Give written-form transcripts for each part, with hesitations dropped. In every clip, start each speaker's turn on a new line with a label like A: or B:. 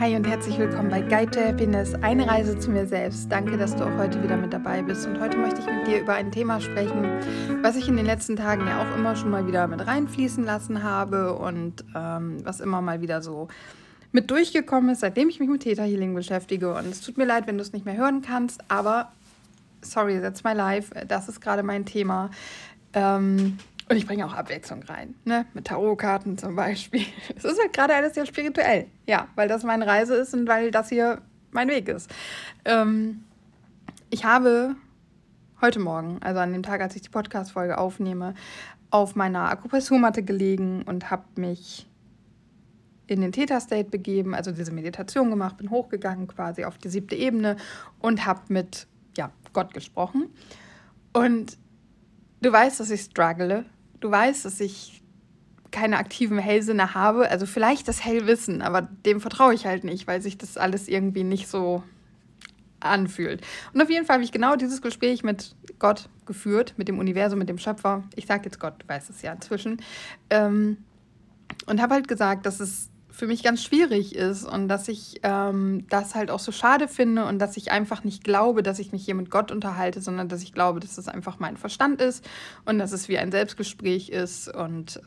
A: Hi und herzlich willkommen bei Guide to Happiness, eine Reise zu mir selbst. Danke, dass du auch heute wieder mit dabei bist. Und heute möchte ich mit dir über ein Thema sprechen, was ich in den letzten Tagen ja auch immer schon mal wieder mit reinfließen lassen habe und was immer mal wieder so mit durchgekommen ist, seitdem ich mich mit Theta Healing beschäftige. Und es tut mir leid, wenn du es nicht mehr hören kannst, aber sorry, that's my life. Das ist gerade mein Thema. Und ich bringe auch Abwechslung rein, ne? Mit Tarotkarten zum Beispiel. Es ist halt gerade alles sehr spirituell, ja, weil das meine Reise ist und weil das hier mein Weg ist. Ich habe heute Morgen, also an dem Tag, als ich die Podcast-Folge aufnehme, auf meiner Akupressurmatte gelegen und habe mich in den Theta-State begeben, also diese Meditation gemacht, bin hochgegangen quasi auf die 7. Ebene und habe mit Gott gesprochen. Und du weißt, dass ich struggle. Du weißt, dass ich keine aktiven Hellsinne habe. Also vielleicht das Hellwissen, aber dem vertraue ich halt nicht, weil sich das alles irgendwie nicht so anfühlt. Und auf jeden Fall habe ich genau dieses Gespräch mit Gott geführt, mit dem Universum, mit dem Schöpfer. Ich sage jetzt Gott, du weißt es ja inzwischen. Und habe halt gesagt, dass es für mich ganz schwierig ist und dass ich das halt auch so schade finde und dass ich einfach nicht glaube, dass ich mich hier mit Gott unterhalte, sondern dass ich glaube, dass das einfach mein Verstand ist und dass es wie ein Selbstgespräch ist und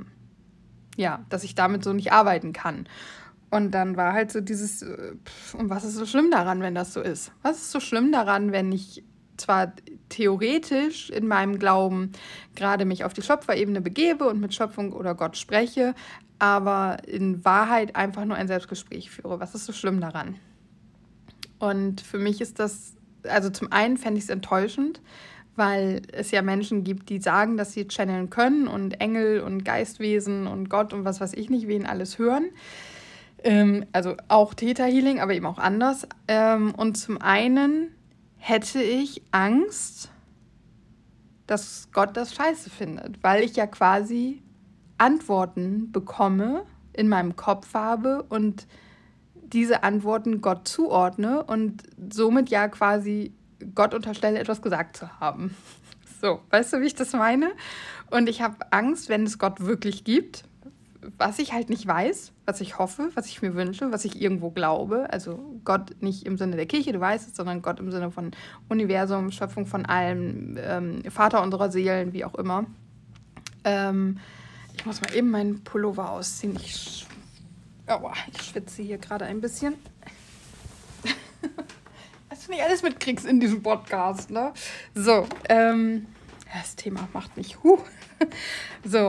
A: dass ich damit so nicht arbeiten kann. Und dann war halt so dieses, und was ist so schlimm daran, wenn das so ist? Was ist so schlimm daran, wenn ich zwar theoretisch in meinem Glauben gerade mich auf die Schöpferebene begebe und mit Schöpfung oder Gott spreche, aber in Wahrheit einfach nur ein Selbstgespräch führe. Was ist so schlimm daran? Und für mich ist das, also zum einen fände ich es enttäuschend, weil es ja Menschen gibt, die sagen, dass sie channeln können und Engel und Geistwesen und Gott und was weiß ich nicht, wen alles hören. Also auch Theta Healing, aber eben auch anders. Und zum einen hätte ich Angst, dass Gott das scheiße findet, weil ich ja quasi Antworten bekomme, in meinem Kopf habe und diese Antworten Gott zuordne und somit ja quasi Gott unterstelle, etwas gesagt zu haben. So, weißt du, wie ich das meine? Und ich habe Angst, wenn es Gott wirklich gibt, was ich halt nicht weiß, was ich hoffe, was ich mir wünsche, was ich irgendwo glaube. Also Gott nicht im Sinne der Kirche, du weißt es, sondern Gott im Sinne von Universum, Schöpfung von allem, Vater unserer Seelen, wie auch immer. Ich muss mal eben meinen Pullover ausziehen. Ich schwitze hier gerade ein bisschen. Was du nicht alles mitkriegst in diesem Podcast, ne? So, das Thema macht mich So,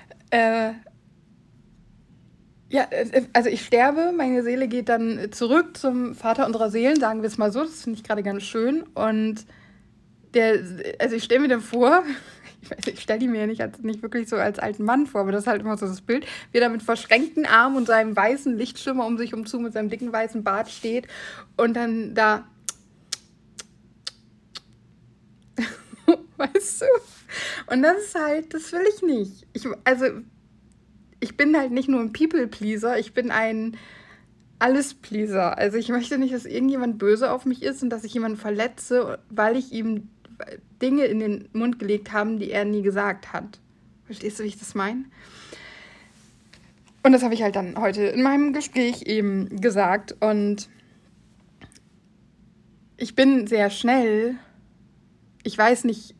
A: also ich sterbe, meine Seele geht dann zurück zum Vater unserer Seelen, sagen wir es mal so, das finde ich gerade ganz schön. Und ich stelle mir dann vor, ich stelle ihn mir ja nicht wirklich so als alten Mann vor, aber das ist halt immer so das Bild, wie er da mit verschränkten Armen und seinem weißen Lichtschimmer um sich umzu mit seinem dicken weißen Bart steht und dann da, weißt du? Und das ist halt, das will ich nicht. Ich bin halt nicht nur ein People-Pleaser, ich bin ein Alles-Pleaser. Also ich möchte nicht, dass irgendjemand böse auf mich ist und dass ich jemanden verletze, weil ich ihm Dinge in den Mund gelegt habe, die er nie gesagt hat. Verstehst du, wie ich das meine? Und das habe ich halt dann heute in meinem Gespräch eben gesagt. Und ich bin sehr schnell, ich weiß nicht,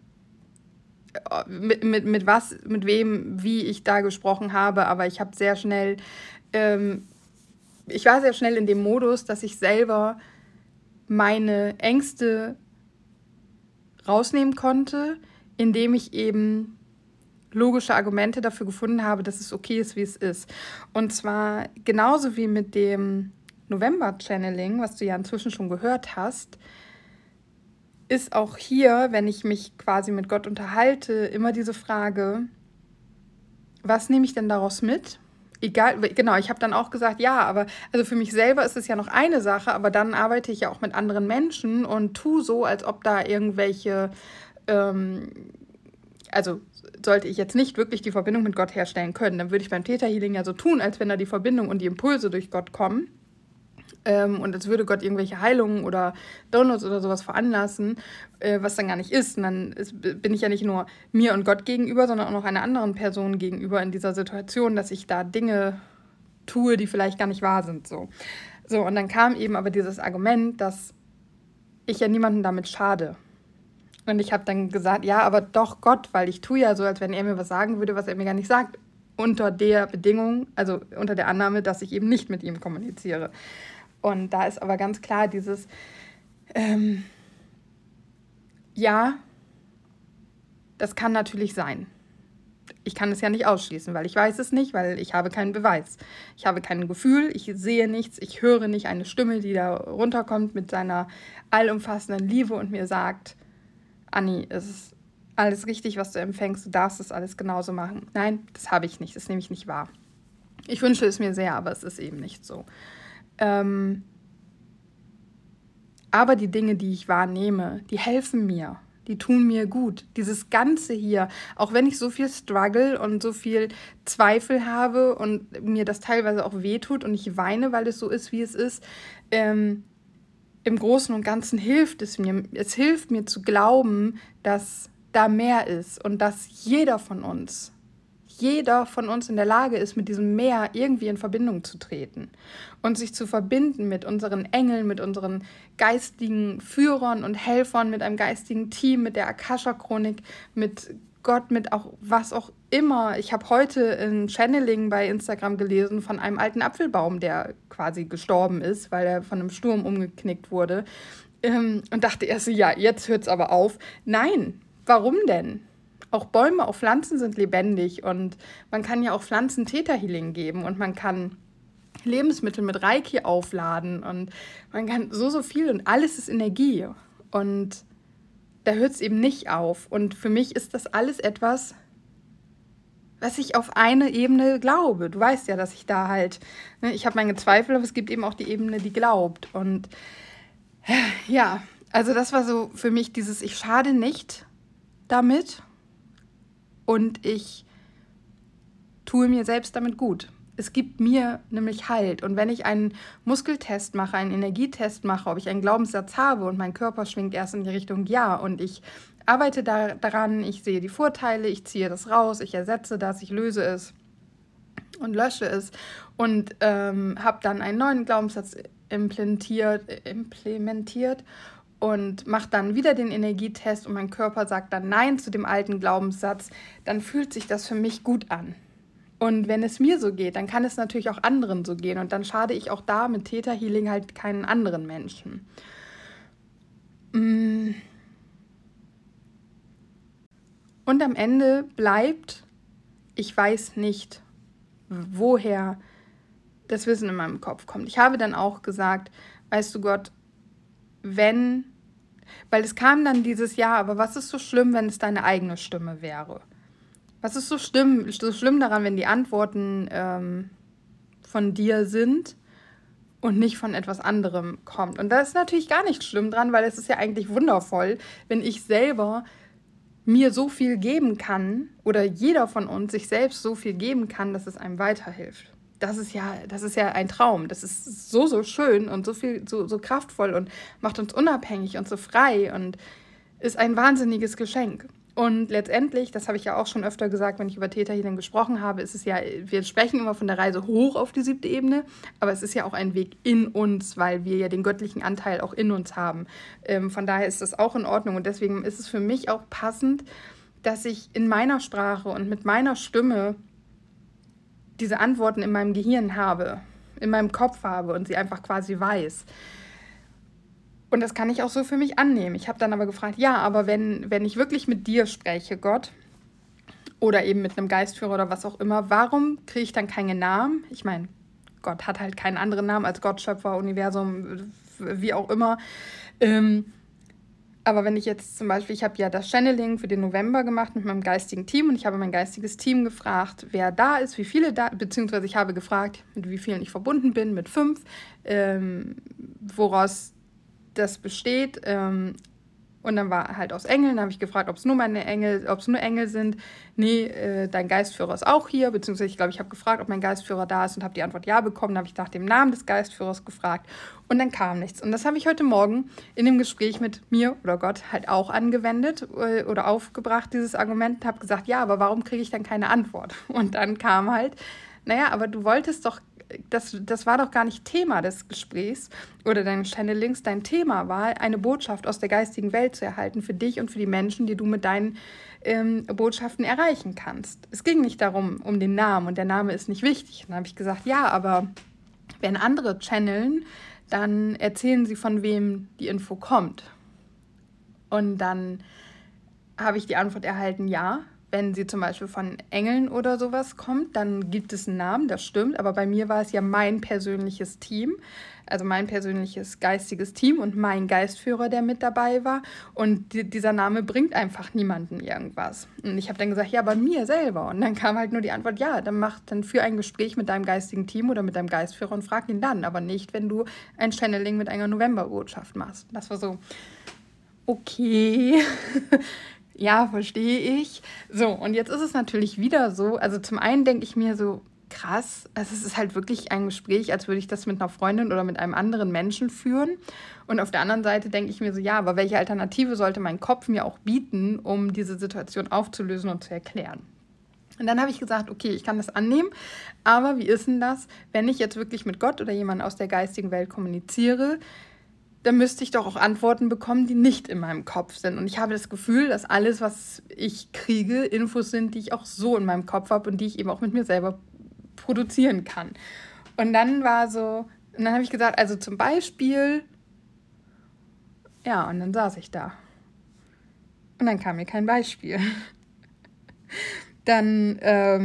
A: mit wem, wie ich da gesprochen habe, aber ich habe sehr schnell, ich war sehr schnell in dem Modus, dass ich selber meine Ängste rausnehmen konnte, indem ich eben logische Argumente dafür gefunden habe, dass es okay ist, wie es ist. Und zwar genauso wie mit dem November-Channeling, was du ja inzwischen schon gehört hast, ist auch hier, wenn ich mich quasi mit Gott unterhalte, immer diese Frage, was nehme ich denn daraus mit? Egal, genau, ich habe dann auch gesagt, ja, aber also für mich selber ist es ja noch eine Sache, aber dann arbeite ich ja auch mit anderen Menschen und tue so, als ob da irgendwelche, also sollte ich jetzt nicht wirklich die Verbindung mit Gott herstellen können, dann würde ich beim Theta Healing ja so tun, als wenn da die Verbindung und die Impulse durch Gott kommen. Und als würde Gott irgendwelche Heilungen oder Downloads oder sowas veranlassen, was dann gar nicht ist. Und dann bin ich ja nicht nur mir und Gott gegenüber, sondern auch noch einer anderen Person gegenüber in dieser Situation, dass ich da Dinge tue, die vielleicht gar nicht wahr sind. So, und dann kam eben aber dieses Argument, dass ich ja niemandem damit schade. Und ich habe dann gesagt, ja, aber doch Gott, weil ich tue ja so, als wenn er mir was sagen würde, was er mir gar nicht sagt. Unter der Bedingung, also unter der Annahme, dass ich eben nicht mit ihm kommuniziere. Und da ist aber ganz klar dieses, ja, das kann natürlich sein. Ich kann es ja nicht ausschließen, weil ich weiß es nicht, weil ich habe keinen Beweis. Ich habe kein Gefühl, ich sehe nichts, ich höre nicht eine Stimme, die da runterkommt mit seiner allumfassenden Liebe und mir sagt, Anni, es ist alles richtig, was du empfängst, du darfst es alles genauso machen. Nein, das habe ich nicht, das nehme ich nicht wahr. Ich wünsche es mir sehr, aber es ist eben nicht so. Aber die Dinge, die ich wahrnehme, die helfen mir. Die tun mir gut. Dieses Ganze hier, auch wenn ich so viel struggle und so viel Zweifel habe und mir das teilweise auch wehtut und ich weine, weil es so ist, wie es ist, im Großen und Ganzen hilft es mir. Es hilft mir zu glauben, dass da mehr ist und dass jeder von uns in der Lage ist, mit diesem Meer irgendwie in Verbindung zu treten und sich zu verbinden mit unseren Engeln, mit unseren geistigen Führern und Helfern, mit einem geistigen Team, mit der Akasha-Chronik, mit Gott, mit auch was auch immer. Ich habe heute ein Channeling bei Instagram gelesen von einem alten Apfelbaum, der quasi gestorben ist, weil er von einem Sturm umgeknickt wurde. Und dachte erst so, ja, jetzt hört es aber auf. Nein, warum denn? Auch Bäume, auch Pflanzen sind lebendig und man kann ja auch Pflanzen Theta-Healing geben und man kann Lebensmittel mit Reiki aufladen und man kann so viel und alles ist Energie und da hört es eben nicht auf. Und für mich ist das alles etwas, was ich auf eine Ebene glaube. Du weißt ja, dass ich da halt, ne, ich habe meine Zweifel, aber es gibt eben auch die Ebene, die glaubt. Und ja, also das war so für mich dieses, ich schade nicht damit. Und ich tue mir selbst damit gut. Es gibt mir nämlich Halt. Und wenn ich einen Muskeltest mache, einen Energietest mache, ob ich einen Glaubenssatz habe und mein Körper schwingt erst in die Richtung Ja und ich arbeite daran, ich sehe die Vorteile, ich ziehe das raus, ich ersetze das, ich löse es und lösche es und habe dann einen neuen Glaubenssatz implementiert und mache dann wieder den Energietest und mein Körper sagt dann Nein zu dem alten Glaubenssatz, dann fühlt sich das für mich gut an. Und wenn es mir so geht, dann kann es natürlich auch anderen so gehen und dann schade ich auch da mit Theta Healing halt keinen anderen Menschen. Und am Ende bleibt, ich weiß nicht, woher das Wissen in meinem Kopf kommt. Ich habe dann auch gesagt, weißt du Gott, weil es kam dann dieses Jahr, aber was ist so schlimm, wenn es deine eigene Stimme wäre? Was ist so schlimm daran, wenn die Antworten von dir sind und nicht von etwas anderem kommt? Und da ist natürlich gar nicht schlimm dran, weil es ist ja eigentlich wundervoll, wenn ich selber mir so viel geben kann oder jeder von uns sich selbst so viel geben kann, dass es einem weiterhilft. Das ist ja ein Traum. Das ist so schön und so kraftvoll und macht uns unabhängig und so frei und ist ein wahnsinniges Geschenk. Und letztendlich, das habe ich ja auch schon öfter gesagt, wenn ich über Theta Healing gesprochen habe, ist es ja, wir sprechen immer von der Reise hoch auf die 7. Ebene, aber es ist ja auch ein Weg in uns, weil wir ja den göttlichen Anteil auch in uns haben. Von daher ist das auch in Ordnung und deswegen ist es für mich auch passend, dass ich in meiner Sprache und mit meiner Stimme diese Antworten in meinem Gehirn habe, in meinem Kopf habe und sie einfach quasi weiß. Und das kann ich auch so für mich annehmen. Ich habe dann aber gefragt, ja, aber wenn ich wirklich mit dir spreche, Gott, oder eben mit einem Geistführer oder was auch immer, warum kriege ich dann keine Namen? Ich meine, Gott hat halt keinen anderen Namen als Gott, Schöpfer, Universum, wie auch immer. Aber wenn ich jetzt zum Beispiel, ich habe ja das Channeling für den November gemacht mit meinem geistigen Team und ich habe mein geistiges Team gefragt, wer da ist, wie viele da, beziehungsweise ich habe gefragt, mit wie vielen ich verbunden bin, mit 5, woraus das besteht. Und dann war halt aus Engeln, habe ich gefragt, ob es nur Engel sind. Nee, dein Geistführer ist auch hier, beziehungsweise ich glaube, ich habe gefragt, ob mein Geistführer da ist und habe die Antwort ja bekommen. Dann habe ich nach dem Namen des Geistführers gefragt und dann kam nichts. Und das habe ich heute Morgen in dem Gespräch mit mir oder Gott halt auch angewendet oder aufgebracht, dieses Argument, und habe gesagt, ja, aber warum kriege ich dann keine Antwort? Und dann kam halt, naja, aber du wolltest doch das war doch gar nicht Thema des Gesprächs oder deines Channelings. Dein Thema war, eine Botschaft aus der geistigen Welt zu erhalten für dich und für die Menschen, die du mit deinen Botschaften erreichen kannst. Es ging nicht darum, um den Namen und der Name ist nicht wichtig. Und dann habe ich gesagt, ja, aber wenn andere channeln, dann erzählen sie, von wem die Info kommt. Und dann habe ich die Antwort erhalten, ja. Wenn sie zum Beispiel von Engeln oder sowas kommt, dann gibt es einen Namen, das stimmt. Aber bei mir war es ja mein persönliches Team, also mein persönliches geistiges Team und mein Geistführer, der mit dabei war. Und dieser Name bringt einfach niemandem irgendwas. Und ich habe dann gesagt, ja, bei mir selber. Und dann kam halt nur die Antwort, ja, dann führ ein Gespräch mit deinem geistigen Team oder mit deinem Geistführer und frag ihn dann. Aber nicht, wenn du ein Channeling mit einer Novemberbotschaft machst. Das war so, okay. Ja, verstehe ich. So, und jetzt ist es natürlich wieder so, also zum einen denke ich mir so, krass, also es ist halt wirklich ein Gespräch, als würde ich das mit einer Freundin oder mit einem anderen Menschen führen. Und auf der anderen Seite denke ich mir so, ja, aber welche Alternative sollte mein Kopf mir auch bieten, um diese Situation aufzulösen und zu erklären? Und dann habe ich gesagt, okay, ich kann das annehmen, aber wie ist denn das, wenn ich jetzt wirklich mit Gott oder jemandem aus der geistigen Welt kommuniziere, dann müsste ich doch auch Antworten bekommen, die nicht in meinem Kopf sind. Und ich habe das Gefühl, dass alles, was ich kriege, Infos sind, die ich auch so in meinem Kopf habe und die ich eben auch mit mir selber produzieren kann. Und dann habe ich gesagt, also zum Beispiel, ja, und dann saß ich da. Und dann kam mir kein Beispiel. Dann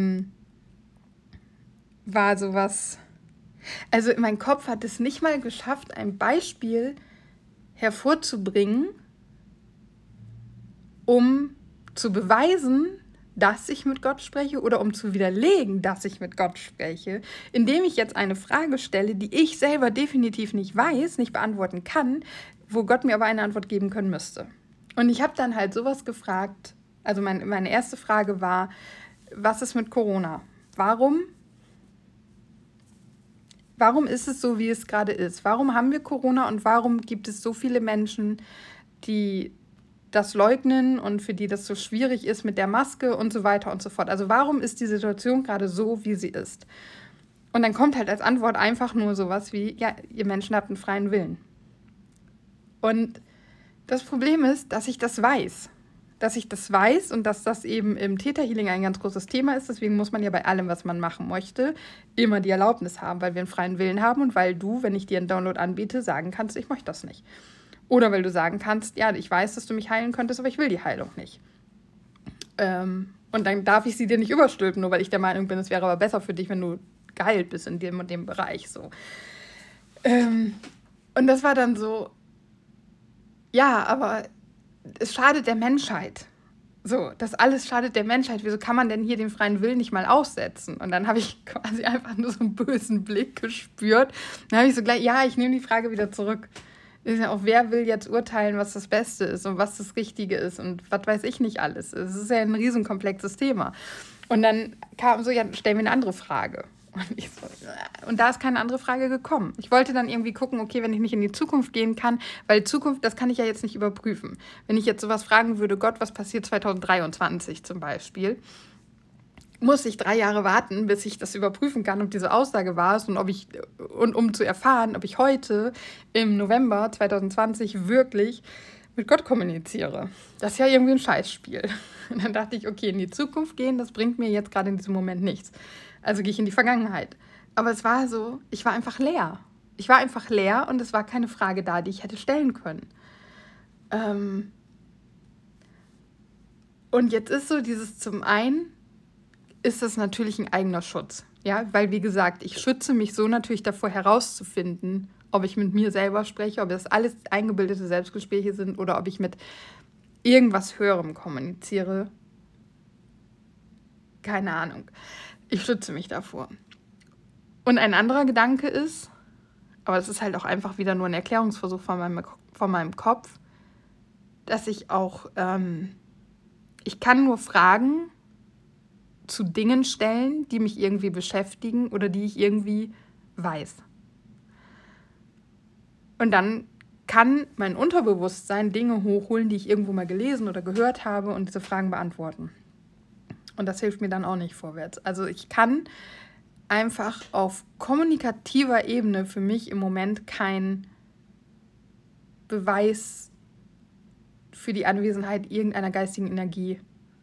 A: war sowas, also mein Kopf hat es nicht mal geschafft, ein Beispiel hervorzubringen, um zu beweisen, dass ich mit Gott spreche oder um zu widerlegen, dass ich mit Gott spreche, indem ich jetzt eine Frage stelle, die ich selber definitiv nicht weiß, nicht beantworten kann, wo Gott mir aber eine Antwort geben können müsste. Und ich habe dann halt sowas gefragt, also meine erste Frage war, was ist mit Corona? Warum ist es so, wie es gerade ist? Warum haben wir Corona und warum gibt es so viele Menschen, die das leugnen und für die das so schwierig ist mit der Maske und so weiter und so fort? Also warum ist die Situation gerade so, wie sie ist? Und dann kommt halt als Antwort einfach nur sowas wie, ja, ihr Menschen habt einen freien Willen. Und das Problem ist, dass ich das weiß. Und dass das eben im Theta-Healing ein ganz großes Thema ist. Deswegen muss man ja bei allem, was man machen möchte, immer die Erlaubnis haben, weil wir einen freien Willen haben und weil du, wenn ich dir einen Download anbiete, sagen kannst, ich möchte das nicht. Oder weil du sagen kannst, ja, ich weiß, dass du mich heilen könntest, aber ich will die Heilung nicht. Und dann darf ich sie dir nicht überstülpen, nur weil ich der Meinung bin, es wäre aber besser für dich, wenn du geheilt bist in dem und dem Bereich. So. Und das war dann so, ja, aber es schadet der Menschheit. So, das alles schadet der Menschheit. Wieso kann man denn hier den freien Willen nicht mal aussetzen? Und dann habe ich quasi einfach nur so einen bösen Blick gespürt. Dann habe ich so gleich, ja, ich nehme die Frage wieder zurück. Ist ja auch, wer will jetzt urteilen, was das Beste ist und was das Richtige ist und was weiß ich nicht alles. Es ist ja ein riesenkomplexes Thema. Und dann kam so, ja, stell mir eine andere Frage. Und da ist keine andere Frage gekommen. Ich wollte dann irgendwie gucken, okay, wenn ich nicht in die Zukunft gehen kann, weil Zukunft, das kann ich ja jetzt nicht überprüfen. Wenn ich jetzt sowas fragen würde, Gott, was passiert 2023 zum Beispiel, muss ich 3 Jahre warten, bis ich das überprüfen kann, ob diese Aussage wahr ist und um zu erfahren, ob ich heute im November 2020 wirklich mit Gott kommuniziere. Das ist ja irgendwie ein Scheißspiel. Und dann dachte ich, okay, in die Zukunft gehen, das bringt mir jetzt gerade in diesem Moment nichts. Also gehe ich in die Vergangenheit. Aber es war so, ich war einfach leer. Ich war einfach leer und es war keine Frage da, die ich hätte stellen können. Und jetzt ist so dieses, zum einen ist das natürlich ein eigener Schutz. Ja, weil wie gesagt, ich schütze mich so natürlich davor herauszufinden, ob ich mit mir selber spreche, ob das alles eingebildete Selbstgespräche sind oder ob ich mit irgendwas Höherem kommuniziere. Keine Ahnung. Ich schütze mich davor. Und ein anderer Gedanke ist, aber das ist halt auch einfach wieder nur ein Erklärungsversuch von meinem Kopf, dass ich auch, ich kann nur Fragen zu Dingen stellen, die mich irgendwie beschäftigen oder die ich irgendwie weiß. Und dann kann mein Unterbewusstsein Dinge hochholen, die ich irgendwo mal gelesen oder gehört habe und diese Fragen beantworten. Und das hilft mir dann auch nicht vorwärts. Also ich kann einfach auf kommunikativer Ebene für mich im Moment kein Beweis für die Anwesenheit irgendeiner geistigen Energie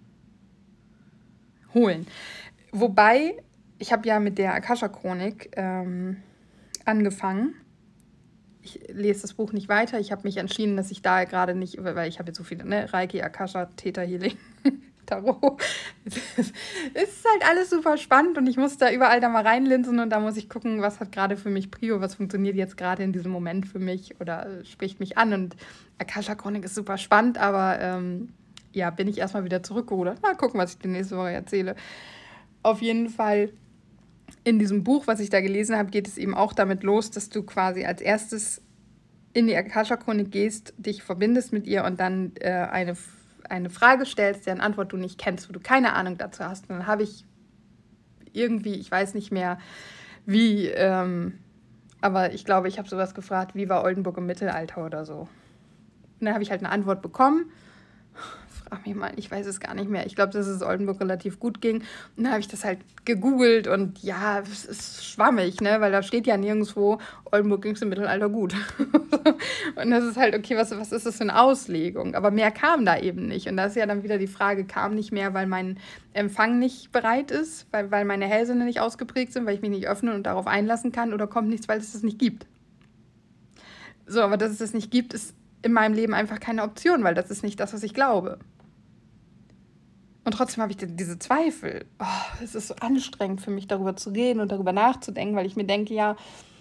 A: holen. Wobei, ich habe ja mit der Akasha-Chronik angefangen. Ich lese das Buch nicht weiter. Ich habe mich entschieden, dass ich da gerade nicht, weil ich habe jetzt so viele, ne? Reiki, Akasha, Theta Healing, Tarot. Es ist halt alles super spannend und ich muss da überall da mal reinlinsen und da muss ich gucken, was hat gerade für mich Prio, was funktioniert jetzt gerade in diesem Moment für mich oder spricht mich an. Und Akasha-Chronik ist super spannend, aber ja, bin ich erstmal wieder zurückgerudert. Mal gucken, was ich die nächste Woche erzähle. Auf jeden Fall in diesem Buch, was ich da gelesen habe, geht es eben auch damit los, dass du quasi als erstes in die Akasha-Chronik gehst, dich verbindest mit ihr und dann eine Frage stellst, deren Antwort du nicht kennst, wo du keine Ahnung dazu hast. Und dann habe ich irgendwie, ich weiß nicht mehr wie, aber ich glaube, ich habe sowas gefragt, wie war Oldenburg im Mittelalter oder so. Und dann habe ich halt eine Antwort bekommen. Frag mich mal, ich weiß es gar nicht mehr. Ich glaube, dass es Oldenburg relativ gut ging. Und dann habe ich das halt gegoogelt und ja, es ist schwammig, ne? Weil da steht ja nirgendwo, Oldenburg ging es im Mittelalter gut. Und das ist halt, okay, was ist das für eine Auslegung? Aber mehr kam da eben nicht. Und da ist ja dann wieder die Frage, kam nicht mehr, weil mein Empfang nicht bereit ist, weil meine Hellsinne nicht ausgeprägt sind, weil ich mich nicht öffnen und darauf einlassen kann, oder kommt nichts, weil es das nicht gibt? So, aber dass es das nicht gibt, ist in meinem Leben einfach keine Option, weil das ist nicht das, was ich glaube. Und trotzdem habe ich diese Zweifel. Oh, es ist so anstrengend für mich, darüber zu reden und darüber nachzudenken, weil ich mir denke, ja,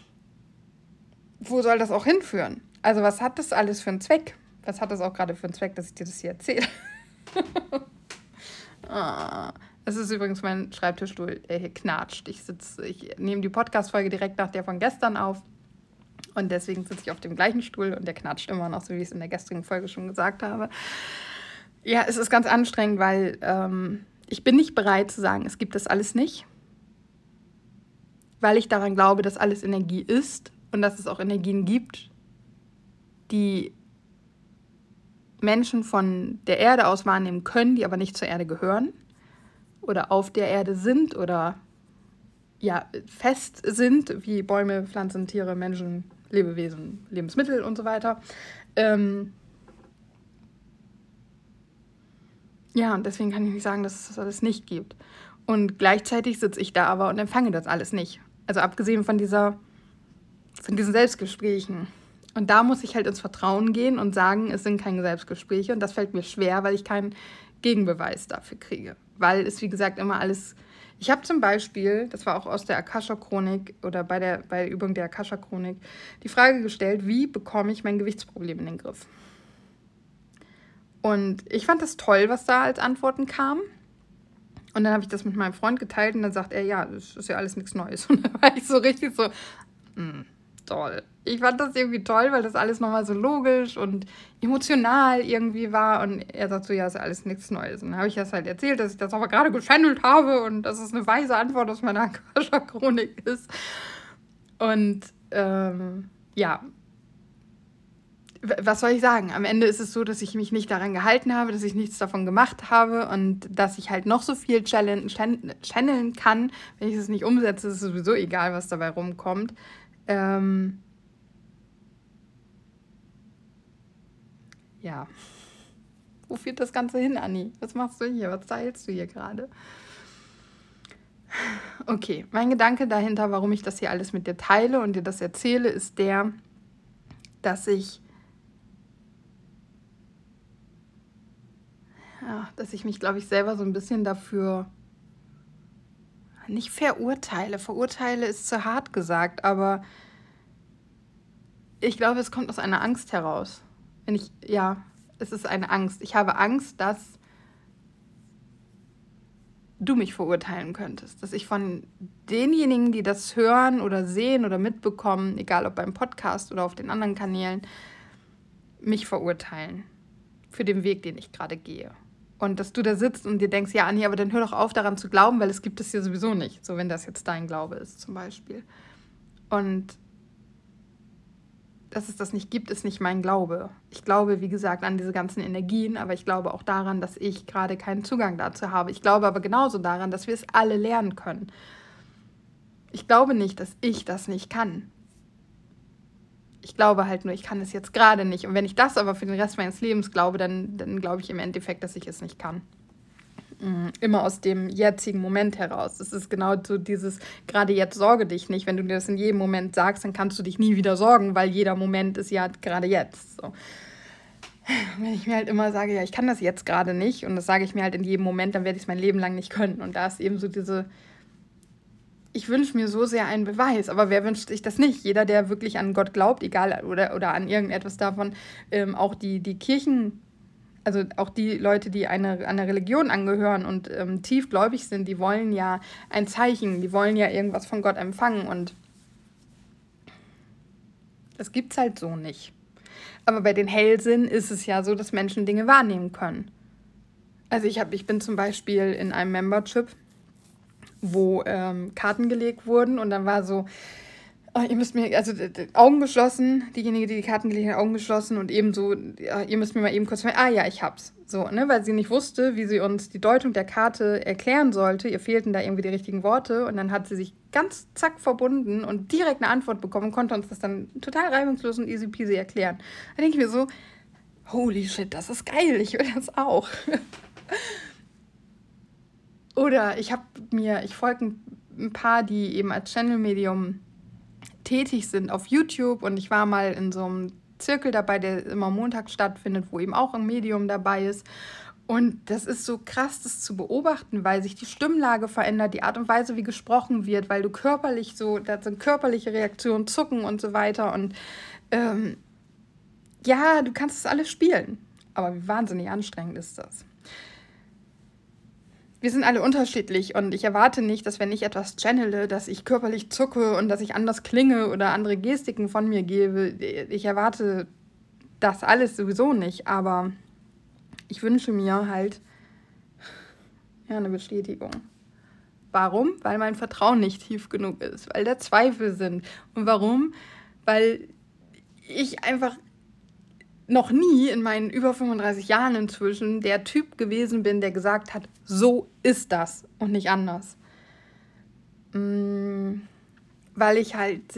A: wo soll das auch hinführen? Also was hat das alles für einen Zweck? Was hat das auch gerade für einen Zweck, dass ich dir das hier erzähle? Es ist übrigens mein Schreibtischstuhl, der hier knatscht. Ich nehme die Podcast-Folge direkt nach der von gestern auf. Und deswegen sitze ich auf dem gleichen Stuhl und der knatscht immer noch, so wie ich es in der gestrigen Folge schon gesagt habe. Ja, es ist ganz anstrengend, weil ich bin nicht bereit zu sagen, es gibt das alles nicht. Weil ich daran glaube, dass alles Energie ist und dass es auch Energien gibt, die Menschen von der Erde aus wahrnehmen können, die aber nicht zur Erde gehören oder auf der Erde sind oder ja, fest sind, wie Bäume, Pflanzen, Tiere, Menschen, Lebewesen, Lebensmittel und so weiter. Ja, und deswegen kann ich nicht sagen, dass es das alles nicht gibt. Und gleichzeitig sitze ich da aber und empfange das alles nicht. Also abgesehen von diesen Selbstgesprächen. Und da muss ich halt ins Vertrauen gehen und sagen, es sind keine Selbstgespräche. Und das fällt mir schwer, weil ich keinen Gegenbeweis dafür kriege. Weil es, wie gesagt, immer alles... Ich habe zum Beispiel, das war auch aus der Akasha-Chronik oder bei der Übung der Akasha-Chronik, die Frage gestellt, wie bekomme ich mein Gewichtsproblem in den Griff? Und ich fand das toll, was da als Antworten kam. Und dann habe ich das mit meinem Freund geteilt und dann sagt er, ja, das ist ja alles nichts Neues. Und dann war ich so richtig so, toll. Ich fand das irgendwie toll, weil das alles nochmal so logisch und emotional irgendwie war. Und er sagt so, ja, ist ja alles nichts Neues. Und dann habe ich das halt erzählt, dass ich das aber gerade gechannelt habe und dass es eine weise Antwort aus meiner Akasha-Chronik ist. Und ja, was soll ich sagen? Am Ende ist es so, dass ich mich nicht daran gehalten habe, dass ich nichts davon gemacht habe und dass ich halt noch so viel channeln kann. Wenn ich es nicht umsetze, ist es sowieso egal, was dabei rumkommt. Ja. Wo führt das Ganze hin, Anni? Was machst du hier? Was teilst du hier gerade? Okay, mein Gedanke dahinter, warum ich das hier alles mit dir teile und dir das erzähle, ist der, dass ich mich, glaube ich, selber so ein bisschen dafür nicht verurteile. Verurteile ist zu hart gesagt, aber ich glaube, es kommt aus einer Angst heraus. Es ist eine Angst. Ich habe Angst, dass du mich verurteilen könntest. Dass ich von denjenigen, die das hören oder sehen oder mitbekommen, egal ob beim Podcast oder auf den anderen Kanälen, mich verurteilen für den Weg, den ich gerade gehe. Und dass du da sitzt und dir denkst, ja, Anni, aber dann hör doch auf, daran zu glauben, weil es gibt es hier sowieso nicht. So, wenn das jetzt dein Glaube ist, zum Beispiel. Und dass es das nicht gibt, ist nicht mein Glaube. Ich glaube, wie gesagt, an diese ganzen Energien, aber ich glaube auch daran, dass ich gerade keinen Zugang dazu habe. Ich glaube aber genauso daran, dass wir es alle lernen können. Ich glaube nicht, dass ich das nicht kann. Ich glaube halt nur, ich kann es jetzt gerade nicht. Und wenn ich das aber für den Rest meines Lebens glaube, dann glaube ich im Endeffekt, dass ich es nicht kann. Immer aus dem jetzigen Moment heraus. Es ist genau so dieses, gerade jetzt sorge dich nicht. Wenn du dir das in jedem Moment sagst, dann kannst du dich nie wieder sorgen, weil jeder Moment ist ja gerade jetzt. So. Wenn ich mir halt immer sage, ja, ich kann das jetzt gerade nicht und das sage ich mir halt in jedem Moment, dann werde ich es mein Leben lang nicht können. Und da ist eben so ich wünsche mir so sehr einen Beweis, aber wer wünscht sich das nicht? Jeder, der wirklich an Gott glaubt, egal, oder an irgendetwas davon, auch die Kirchen, also auch die Leute, die einer Religion angehören und tiefgläubig sind, die wollen ja ein Zeichen, die wollen ja irgendwas von Gott empfangen und das gibt's halt so nicht. Aber bei den Hellsinnen ist es ja so, dass Menschen Dinge wahrnehmen können. Also ich bin zum Beispiel in einem Membership, wo Karten gelegt wurden und dann war so, ihr müsst mir, also Augen geschlossen, diejenige, die Karten gelegt hat, Augen geschlossen und eben so, ihr müsst mir mal eben kurz sagen, ja, ich hab's. So, ne, weil sie nicht wusste, wie sie uns die Deutung der Karte erklären sollte. Ihr fehlten da irgendwie die richtigen Worte und dann hat sie sich ganz zack verbunden und direkt eine Antwort bekommen und konnte uns das dann total reibungslos und easy peasy erklären. Da denke ich mir so, holy shit, das ist geil, ich will das auch. Oder ich folge ein paar, die eben als Channel-Medium tätig sind auf YouTube und ich war mal in so einem Zirkel dabei, der immer montags stattfindet, wo eben auch ein Medium dabei ist. Und das ist so krass, das zu beobachten, weil sich die Stimmlage verändert, die Art und Weise, wie gesprochen wird, weil du körperlich so, da sind körperliche Reaktionen, Zucken und so weiter. Und ja, du kannst das alles spielen. Aber wie wahnsinnig anstrengend ist das? Wir sind alle unterschiedlich und ich erwarte nicht, dass wenn ich etwas channele, dass ich körperlich zucke und dass ich anders klinge oder andere Gestiken von mir gebe. Ich erwarte das alles sowieso nicht, aber ich wünsche mir halt eine Bestätigung. Warum? Weil mein Vertrauen nicht tief genug ist, weil da Zweifel sind. Und warum? Weil ich einfach noch nie in meinen über 35 Jahren inzwischen der Typ gewesen bin, der gesagt hat, so ist das und nicht anders. Weil ich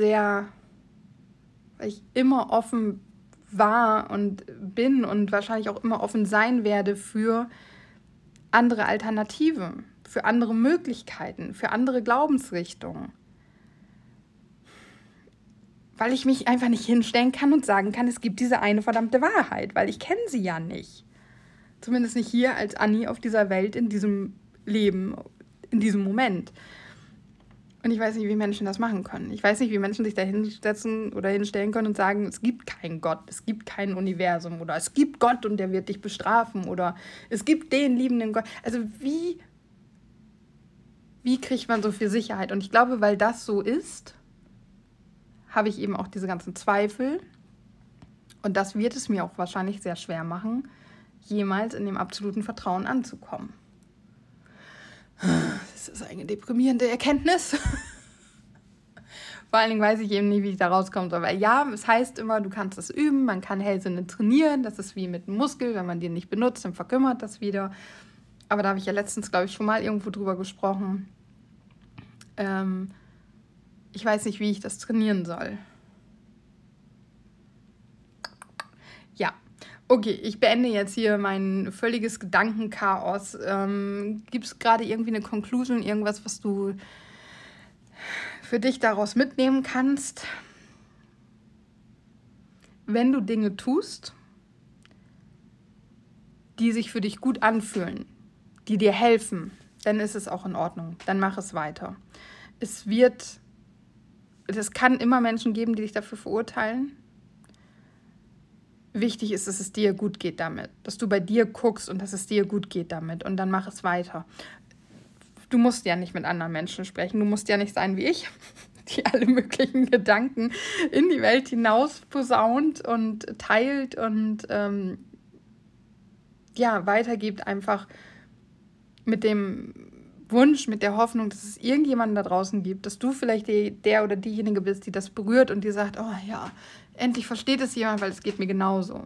A: immer offen war und bin und wahrscheinlich auch immer offen sein werde für andere Alternativen, für andere Möglichkeiten, für andere Glaubensrichtungen. Weil ich mich einfach nicht hinstellen kann und sagen kann, es gibt diese eine verdammte Wahrheit, weil ich kenne sie ja nicht. Zumindest nicht hier als Anni auf dieser Welt, in diesem Leben, in diesem Moment. Und ich weiß nicht, wie Menschen das machen können. Ich weiß nicht, wie Menschen sich da hinsetzen oder hinstellen können und sagen, es gibt keinen Gott, es gibt kein Universum oder es gibt Gott und der wird dich bestrafen oder es gibt den liebenden Gott. Also wie kriegt man so viel Sicherheit? Und ich glaube, weil das so ist, habe ich eben auch diese ganzen Zweifel. Und das wird es mir auch wahrscheinlich sehr schwer machen, jemals in dem absoluten Vertrauen anzukommen. Das ist eine deprimierende Erkenntnis. Vor allen Dingen weiß ich eben nicht, wie ich da rauskomme. Aber ja, es heißt immer, du kannst es üben, man kann Hellsinne trainieren. Das ist wie mit einem Muskel, wenn man den nicht benutzt, dann verkümmert das wieder. Aber da habe ich ja letztens, glaube ich, schon mal irgendwo drüber gesprochen. Ich weiß nicht, wie ich das trainieren soll. Ja, okay, ich beende jetzt hier mein völliges Gedankenchaos. Gibt es gerade irgendwie eine Conclusion, irgendwas, was du für dich daraus mitnehmen kannst? Wenn du Dinge tust, die sich für dich gut anfühlen, die dir helfen, dann ist es auch in Ordnung. Dann mach es weiter. Es kann immer Menschen geben, die dich dafür verurteilen. Wichtig ist, dass es dir gut geht damit. Dass du bei dir guckst und dass es dir gut geht damit. Und dann mach es weiter. Du musst ja nicht mit anderen Menschen sprechen. Du musst ja nicht sein wie ich, die alle möglichen Gedanken in die Welt hinaus posaunt und teilt und weitergibt, einfach mit dem Wunsch, mit der Hoffnung, dass es irgendjemanden da draußen gibt, dass du vielleicht der oder diejenige bist, die das berührt und die sagt, oh ja, endlich versteht es jemand, weil es geht mir genauso.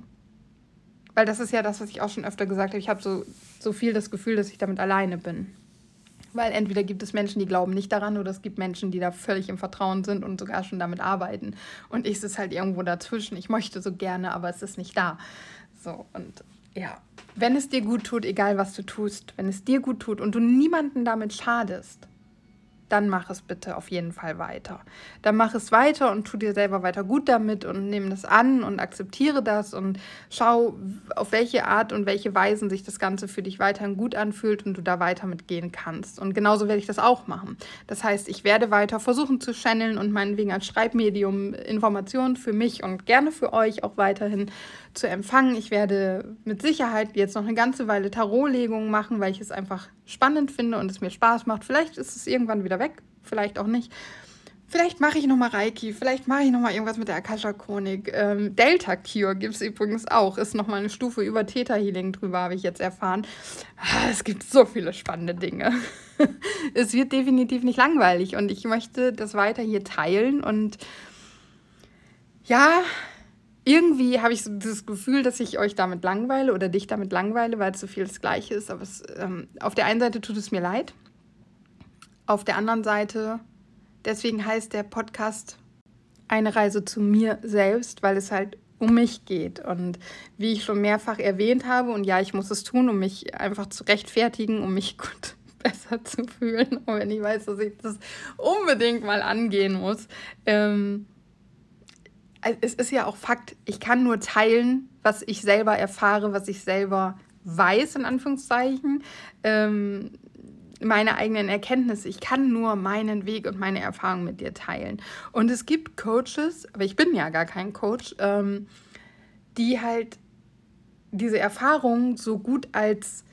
A: Weil das ist ja das, was ich auch schon öfter gesagt habe. Ich habe so viel das Gefühl, dass ich damit alleine bin. Weil entweder gibt es Menschen, die glauben nicht daran, oder es gibt Menschen, die da völlig im Vertrauen sind und sogar schon damit arbeiten. Und ich sitze halt irgendwo dazwischen. Ich möchte so gerne, aber es ist nicht da. So, und ja, wenn es dir gut tut, egal was du tust, wenn es dir gut tut und du niemanden damit schadest, dann mach es bitte auf jeden Fall weiter. Dann mach es weiter und tu dir selber weiter gut damit und nimm das an und akzeptiere das und schau, auf welche Art und welche Weisen sich das Ganze für dich weiterhin gut anfühlt und du da weiter mitgehen kannst. Und genauso werde ich das auch machen. Das heißt, ich werde weiter versuchen zu channeln und meinetwegen als Schreibmedium Informationen für mich und gerne für euch auch weiterhin zu empfangen. Ich werde mit Sicherheit jetzt noch eine ganze Weile Tarotlegungen machen, weil ich es einfach spannend finde und es mir Spaß macht. Vielleicht ist es irgendwann wieder weg, vielleicht auch nicht. Vielleicht mache ich nochmal Reiki, vielleicht mache ich nochmal irgendwas mit der Akasha-Chronik. Delta Cure gibt es übrigens auch, ist nochmal eine Stufe über Theta Healing drüber, habe ich jetzt erfahren. Es gibt so viele spannende Dinge. Es wird definitiv nicht langweilig und ich möchte das weiter hier teilen und ja, irgendwie habe ich so das Gefühl, dass ich euch damit langweile oder dich damit langweile, weil es so viel das Gleiche ist. Aber auf der einen Seite tut es mir leid. Auf der anderen Seite, deswegen heißt der Podcast eine Reise zu mir selbst, weil es halt um mich geht. Und wie ich schon mehrfach erwähnt habe, und ja, ich muss es tun, um mich einfach zu rechtfertigen, um mich gut besser zu fühlen. Und wenn ich weiß, dass ich das unbedingt mal angehen muss, es ist ja auch Fakt, ich kann nur teilen, was ich selber erfahre, was ich selber weiß, in Anführungszeichen, meine eigenen Erkenntnisse. Ich kann nur meinen Weg und meine Erfahrungen mit dir teilen. Und es gibt Coaches, aber ich bin ja gar kein Coach, die halt diese Erfahrung so gut als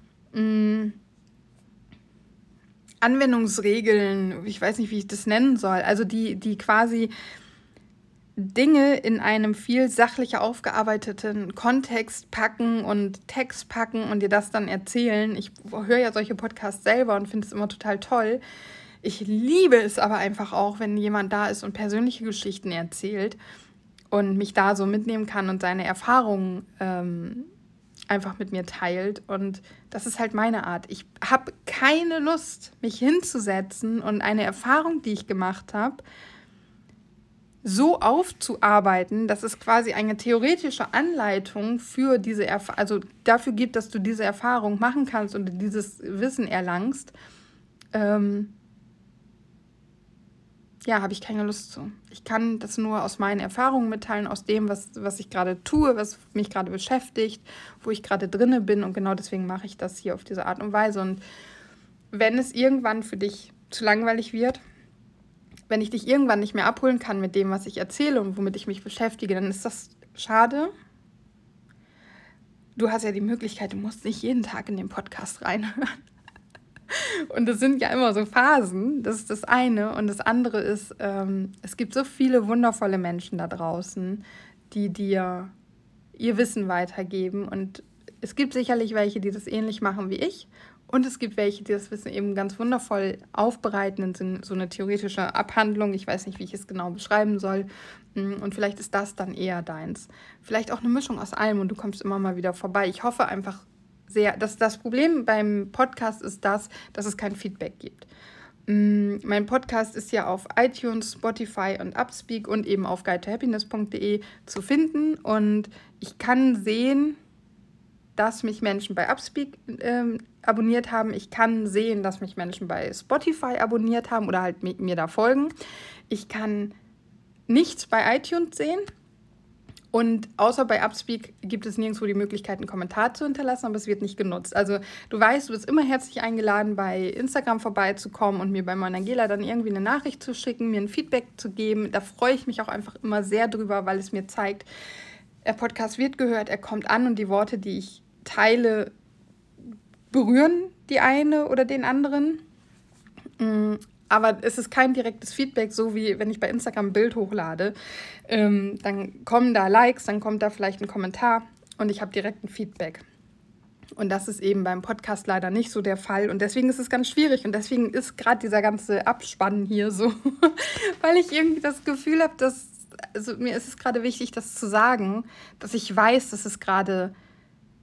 A: Anwendungsregeln, ich weiß nicht, wie ich das nennen soll, also die quasi Dinge in einem viel sachlicher aufgearbeiteten Kontext packen und Text packen und dir das dann erzählen. Ich höre ja solche Podcasts selber und finde es immer total toll. Ich liebe es aber einfach auch, wenn jemand da ist und persönliche Geschichten erzählt und mich da so mitnehmen kann und seine Erfahrungen einfach mit mir teilt. Und das ist halt meine Art. Ich habe keine Lust, mich hinzusetzen und eine Erfahrung, die ich gemacht habe, so aufzuarbeiten, dass es quasi eine theoretische Anleitung für diese also dafür gibt, dass du diese Erfahrung machen kannst und dieses Wissen erlangst, habe ich keine Lust zu. Ich kann das nur aus meinen Erfahrungen mitteilen, aus dem, was ich gerade tue, was mich gerade beschäftigt, wo ich gerade drinne bin und genau deswegen mache ich das hier auf diese Art und Weise. Und wenn es irgendwann für dich zu langweilig wird, wenn ich dich irgendwann nicht mehr abholen kann mit dem, was ich erzähle und womit ich mich beschäftige, dann ist das schade. Du hast ja die Möglichkeit, du musst nicht jeden Tag in den Podcast reinhören. Und das sind ja immer so Phasen, das ist das eine. Und das andere ist, es gibt so viele wundervolle Menschen da draußen, die dir ihr Wissen weitergeben. Und es gibt sicherlich welche, die das ähnlich machen wie ich. Und es gibt welche, die das Wissen eben ganz wundervoll aufbereiten in so eine theoretische Abhandlung. Ich weiß nicht, wie ich es genau beschreiben soll. Und vielleicht ist das dann eher deins. Vielleicht auch eine Mischung aus allem und du kommst immer mal wieder vorbei. Ich hoffe einfach sehr, dass das Problem beim Podcast ist dass es kein Feedback gibt. Mein Podcast ist ja auf iTunes, Spotify und Upspeak und eben auf guidetohappiness.de zu finden. Und ich kann sehen, dass mich Menschen bei Upspeak abonniert haben. Ich kann sehen, dass mich Menschen bei Spotify abonniert haben oder halt mir da folgen. Ich kann nichts bei iTunes sehen. Und außer bei Upspeak gibt es nirgendwo die Möglichkeit, einen Kommentar zu hinterlassen, aber es wird nicht genutzt. Also du weißt, du bist immer herzlich eingeladen, bei Instagram vorbeizukommen und mir bei Monangela dann irgendwie eine Nachricht zu schicken, mir ein Feedback zu geben. Da freue ich mich auch einfach immer sehr drüber, weil es mir zeigt, der Podcast wird gehört, er kommt an und die Worte, die ich teile, berühren die eine oder den anderen. Aber es ist kein direktes Feedback, so wie wenn ich bei Instagram ein Bild hochlade. Dann kommen da Likes, dann kommt da vielleicht ein Kommentar und ich habe direkt ein Feedback. Und das ist eben beim Podcast leider nicht so der Fall. Und deswegen ist es ganz schwierig. Und deswegen ist gerade dieser ganze Abspann hier so, weil ich irgendwie das Gefühl habe, also mir ist es gerade wichtig, das zu sagen, dass ich weiß, dass es gerade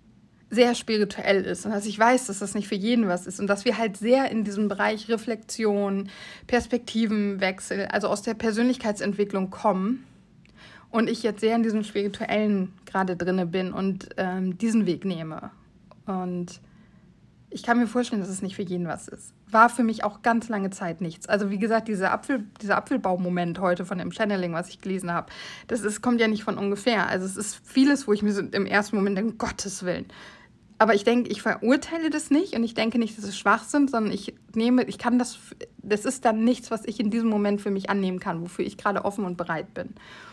A: sehr spirituell ist und dass ich weiß, dass das nicht für jeden was ist und dass wir halt sehr in diesem Bereich Reflexion, Perspektivenwechsel, also aus der Persönlichkeitsentwicklung kommen und ich jetzt sehr in diesem Spirituellen gerade drinne bin und diesen Weg nehme. Und ich kann mir vorstellen, dass es nicht für jeden was ist. War für mich auch ganz lange Zeit nichts. Also wie gesagt, dieser Apfelbaum-Moment heute von dem Channeling, was ich gelesen habe, kommt ja nicht von ungefähr. Also es ist vieles, wo ich mir so im ersten Moment denke, um Gottes Willen. Aber ich denke, ich verurteile das nicht und ich denke nicht, dass es Schwachsinn, sondern das ist dann nichts, was ich in diesem Moment für mich annehmen kann, wofür ich gerade offen und bereit bin.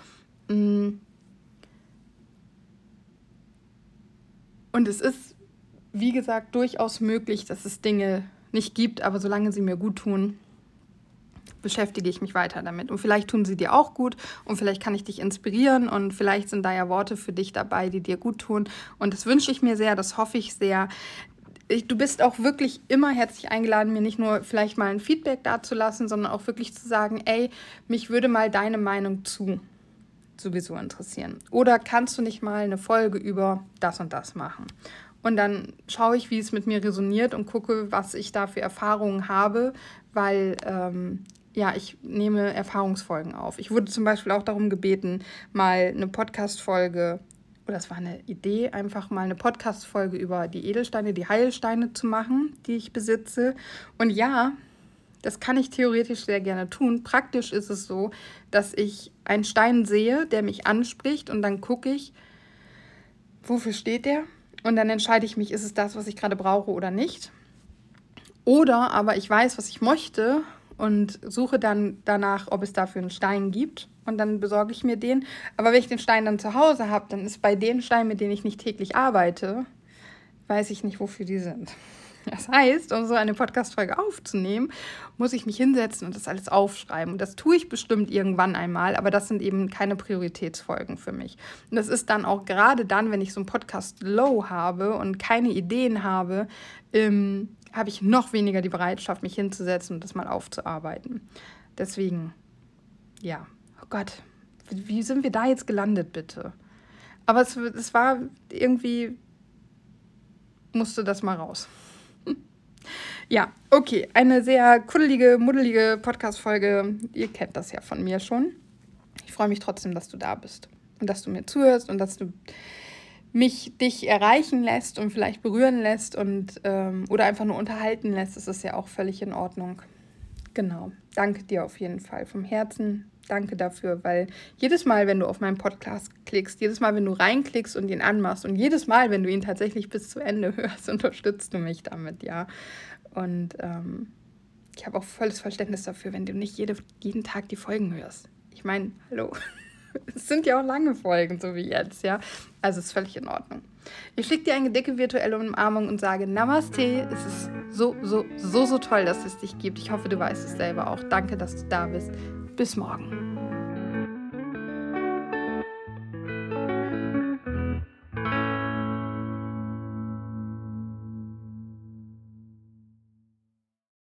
A: Und es ist, wie gesagt, durchaus möglich, dass es Dinge nicht gibt, aber solange sie mir gut tun, beschäftige ich mich weiter damit. Und vielleicht tun sie dir auch gut und vielleicht kann ich dich inspirieren und vielleicht sind da ja Worte für dich dabei, die dir gut tun. Und das wünsche ich mir sehr, das hoffe ich sehr. Du bist auch wirklich immer herzlich eingeladen, mir nicht nur vielleicht mal ein Feedback dazulassen, sondern auch wirklich zu sagen, ey, mich würde mal deine Meinung sowieso interessieren. Oder kannst du nicht mal eine Folge über das und das machen? Und dann schaue ich, wie es mit mir resoniert und gucke, was ich da für Erfahrungen habe, weil ich nehme Erfahrungsfolgen auf. Ich wurde zum Beispiel auch darum gebeten, mal eine Podcast-Folge, oder es war eine Idee, einfach mal eine Podcast-Folge über die Edelsteine, die Heilsteine zu machen, die ich besitze. Und ja, das kann ich theoretisch sehr gerne tun. Praktisch ist es so, dass ich einen Stein sehe, der mich anspricht und dann gucke ich, wofür steht der? Und dann entscheide ich mich, ist es das, was ich gerade brauche oder nicht. Oder aber ich weiß, was ich möchte und suche dann danach, ob es dafür einen Stein gibt. Und dann besorge ich mir den. Aber wenn ich den Stein dann zu Hause habe, dann ist bei den Steinen, mit denen ich nicht täglich arbeite, weiß ich nicht, wofür die sind. Das heißt, um so eine Podcast-Folge aufzunehmen, muss ich mich hinsetzen und das alles aufschreiben. Und das tue ich bestimmt irgendwann einmal, aber das sind eben keine Prioritätsfolgen für mich. Und das ist dann auch gerade dann, wenn ich so einen Podcast-Low habe und keine Ideen habe, habe ich noch weniger die Bereitschaft, mich hinzusetzen und das mal aufzuarbeiten. Deswegen, ja, oh Gott, wie sind wir da jetzt gelandet, bitte? Aber es war irgendwie, musste das mal raus. Ja, okay, eine sehr kuddelige, muddelige Podcast-Folge. Ihr kennt das ja von mir schon. Ich freue mich trotzdem, dass du da bist und dass du mir zuhörst und dass du dich erreichen lässt und vielleicht berühren lässt und oder einfach nur unterhalten lässt. Das ist ja auch völlig in Ordnung. Genau, danke dir auf jeden Fall vom Herzen. Danke dafür, weil jedes Mal, wenn du auf meinen Podcast klickst, jedes Mal, wenn du reinklickst und ihn anmachst und jedes Mal, wenn du ihn tatsächlich bis zu Ende hörst, unterstützt du mich damit, ja. Und ich habe auch volles Verständnis dafür, wenn du nicht jeden Tag die Folgen hörst. Ich meine, hallo, es sind ja auch lange Folgen, so wie jetzt, ja. Also es ist völlig in Ordnung. Ich schicke dir eine dicke virtuelle Umarmung und sage Namaste. Es ist so toll, dass es dich gibt. Ich hoffe, du weißt es selber auch. Danke, dass du da bist. Bis morgen.